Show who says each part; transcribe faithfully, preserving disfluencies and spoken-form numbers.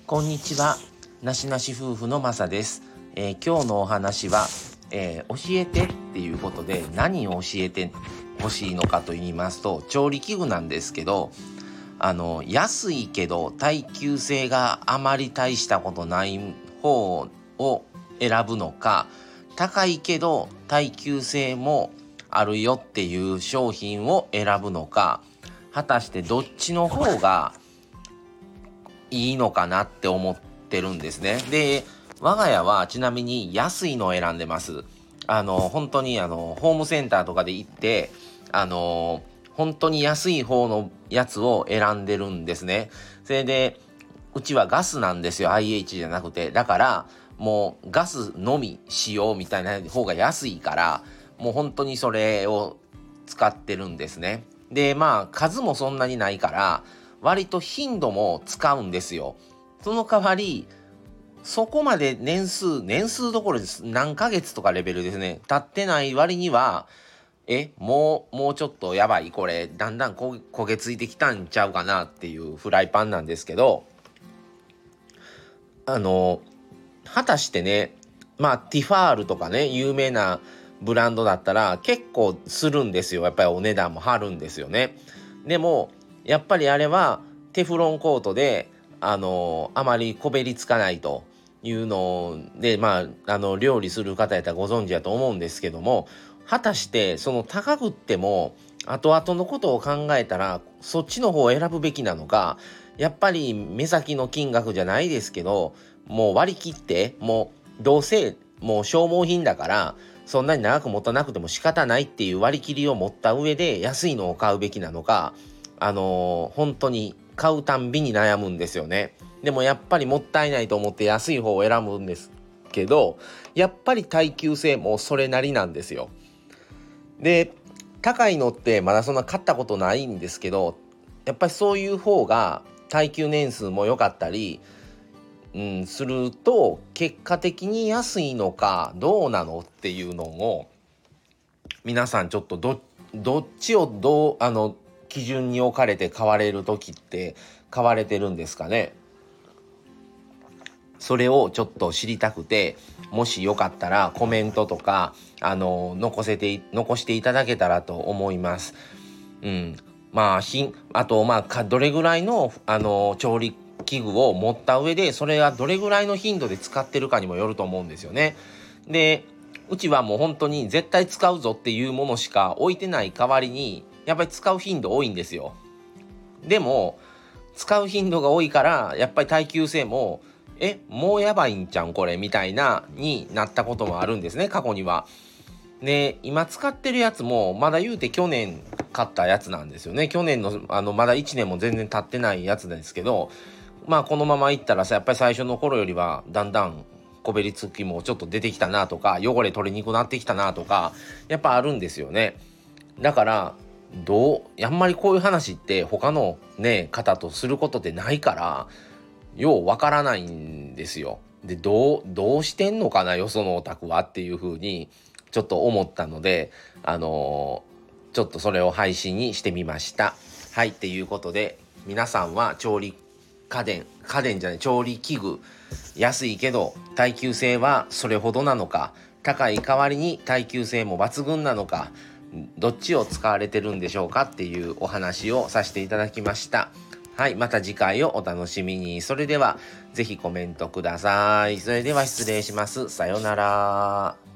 Speaker 1: こんにちは。なしなし夫婦のまさです。えー今日のお話は、えー教えてっていうことで、何を教えてほしいのかと言いますと、調理器具なんですけど、あの安いけど耐久性があまり大したことない方を選ぶのか、高いけど耐久性もあるよっていう商品を選ぶのか、果たしてどっちの方がいいのかなって思ってるんですね。で、我が家はちなみに安いのを選んでます。あの本当にあのホームセンターとかで行ってあの本当に安い方のやつを選んでるんですね。それでうちはガスなんですよ。 アイエイチ じゃなくて。だからもうガスのみ使用みたいな方が安いから、もう本当にそれを使ってるんですね。でまあ数もそんなにないから割と頻度も使うんですよ。その代わりそこまで年数年数どころです。何ヶ月とかレベルですね。経ってない割にはえもうもうちょっとやばい、これだんだんこ焦げついてきたんちゃうかなっていうフライパンなんですけど、あの果たしてね、まあティファールとかね、有名なブランドだったら結構するんですよ。やっぱりお値段も張るんですよね。でもやっぱりあれはテフロンコートであのあまりこべりつかないというので、まああの料理する方やったらご存知だと思うんですけども、果たしてその高くっても後々のことを考えたらそっちの方を選ぶべきなのか、やっぱり目先の金額じゃないですけど、もう割り切ってもうどうせもう消耗品だからそんなに長く持たなくても仕方ないっていう割り切りを持った上で安いのを買うべきなのか、あのー本当に買うたんびに悩むんですよね。でもやっぱりもったいないと思って安い方を選ぶんですけど、やっぱり耐久性もそれなりなんですよ。で高いのってまだそんな買ったことないんですけど、やっぱりそういう方が耐久年数も良かったり、うん、すると結果的に安いのかどうなのっていうのを皆さんちょっとどどっちをどうあの基準に置かれて買われる時って買われてるんですかね。それをちょっと知りたくて、もしよかったらコメントとかあの残せて残していただけたらと思います。うん、まあひあとまあかどれぐらいのあの調理器具を持った上でそれがどれぐらいの頻度で使ってるかにもよると思うんですよね。でうちはもう本当に絶対使うぞっていうものしか置いてない代わりにやっぱり使う頻度多いんですよ。でも使う頻度が多いからやっぱり耐久性もえもうやばいんちゃうんこれみたいなになったこともあるんですね、過去には。で今使ってるやつもまだ言うて去年買ったやつなんですよね。去年のあのまだいちねんも全然経ってないやつですけど、まあこのままいったらさ、やっぱり最初の頃よりはだんだんこべりつきもちょっと出てきたなとか、汚れ取りにくくなってきたなとかやっぱあるんですよね。だからどうあんまりこういう話って他のね方とすることってないからようわからないんですよ。でどうどうしてんのかなよそのお宅はっていう風にちょっと思ったので、あのーちょっとそれを配信にしてみました。はい、っていうことで皆さんは調理家電家電じゃない調理器具、安いけど耐久性はそれほどなのか、高い代わりに耐久性も抜群なのか、どっちを使われてるんでしょうかっていうお話をさせていただきました。はい、また次回をお楽しみに。それではぜひコメントください。それでは失礼します。さようなら。